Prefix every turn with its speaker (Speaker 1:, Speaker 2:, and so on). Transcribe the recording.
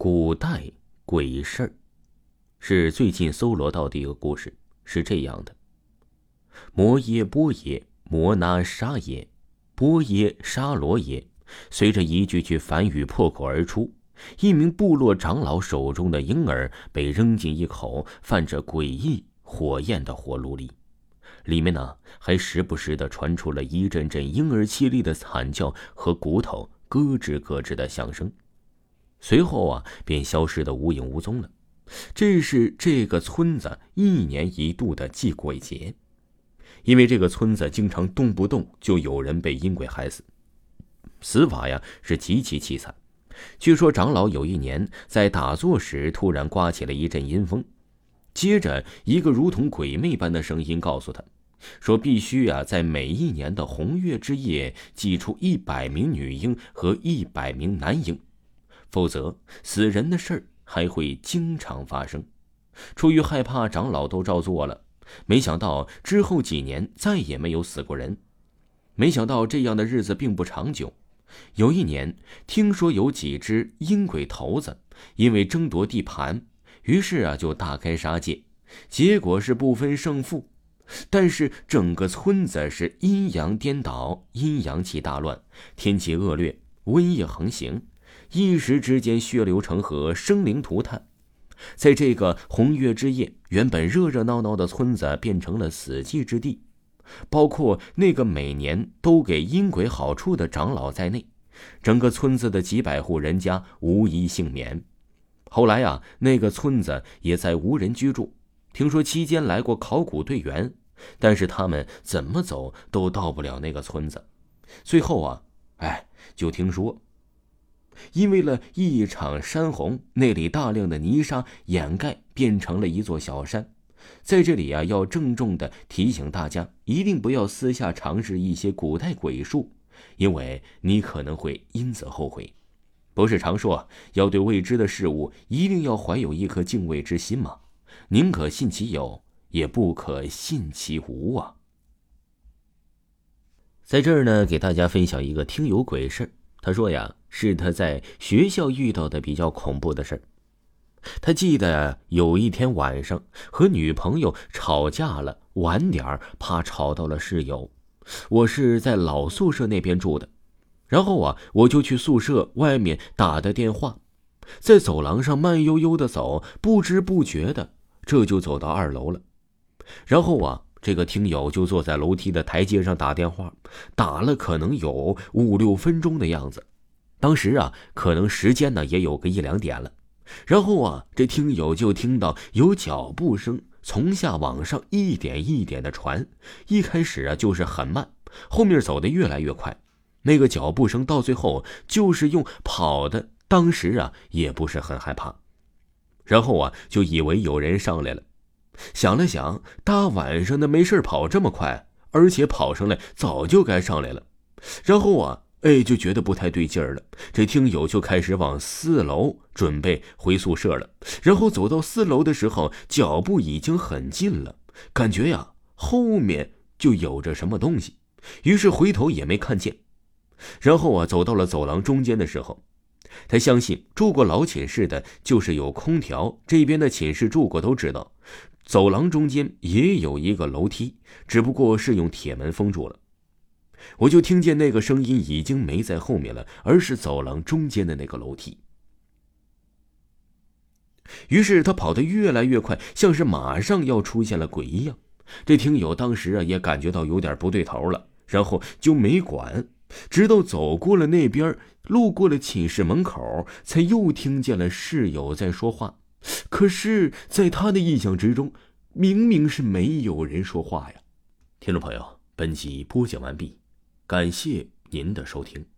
Speaker 1: 古代鬼事儿，是最近搜罗到的一个故事，是这样的：摩耶波耶摩那沙耶波耶沙罗耶，随着一句句梵语破口而出，一名部落长老手中的婴儿被扔进一口泛着诡异火焰的火炉里，里面呢还时不时地传出了一阵阵婴儿凄厉的惨叫和骨头咯吱咯吱的响声，随后便消失得无影无踪了。这是这个村子一年一度的祭鬼节，因为这个村子经常动不动就有人被阴鬼害死，死法是极其凄惨。据说长老有一年在打坐时突然刮起了一阵阴风，接着一个如同鬼魅般的声音告诉他说，必须在每一年的红月之夜祭出100名女婴和100名男婴，否则死人的事儿还会经常发生。出于害怕，长老都照做了，没想到之后几年再也没有死过人。没想到这样的日子并不长久，有一年听说有几只阴鬼头子因为争夺地盘，于是就大开杀戒，结果是不分胜负。但是整个村子是阴阳颠倒，阴阳气大乱，天气恶劣，瘟疫横行，一时之间血流成河，生灵涂炭。在这个红月之夜，原本热热闹闹的村子变成了死寂之地，包括那个每年都给阴鬼好处的长老在内，整个村子的几百户人家无一幸免。后来那个村子也再无人居住，听说期间来过考古队员，但是他们怎么走都到不了那个村子。最后就听说因为了一场山洪，那里大量的泥沙掩盖，变成了一座小山。在这里要郑重地提醒大家，一定不要私下尝试一些古代鬼术，因为你可能会因此后悔。不是常说要对未知的事物一定要怀有一颗敬畏之心吗？宁可信其有，也不可信其无啊。在这儿呢，给大家分享一个听友鬼事。他说是他在学校遇到的比较恐怖的事儿。他记得有一天晚上和女朋友吵架了，晚点怕吵到了室友。我是在老宿舍那边住的，然后我就去宿舍外面打的电话，在走廊上慢悠悠的走，不知不觉的这就走到2楼了。然后这个听友就坐在楼梯的台阶上打电话，打了可能有5-6分钟的样子。当时可能时间呢也有个1-2点了。然后这听友就听到有脚步声从下往上一点一点的传，一开始就是很慢，后面走得越来越快。那个脚步声到最后就是用跑的，当时也不是很害怕。然后就以为有人上来了，想了想，大晚上的没事跑这么快，而且跑上来早就该上来了。然后就觉得不太对劲儿了，这听友就开始往4楼准备回宿舍了。然后走到4楼的时候，脚步已经很近了，感觉后面就有着什么东西，于是回头也没看见。然后走到了走廊中间的时候，他相信住过老寝室的就是有空调，这边的寝室住过都知道，走廊中间也有一个楼梯，只不过是用铁门封住了。我就听见那个声音已经没在后面了，而是走廊中间的那个楼梯。于是他跑得越来越快，像是马上要出现了鬼一样。这听友当时也感觉到有点不对头了，然后就没管，直到走过了那边，路过了寝室门口，才又听见了室友在说话。可是在他的印象之中，明明是没有人说话呀。听众朋友，本集播讲完毕，感谢您的收听。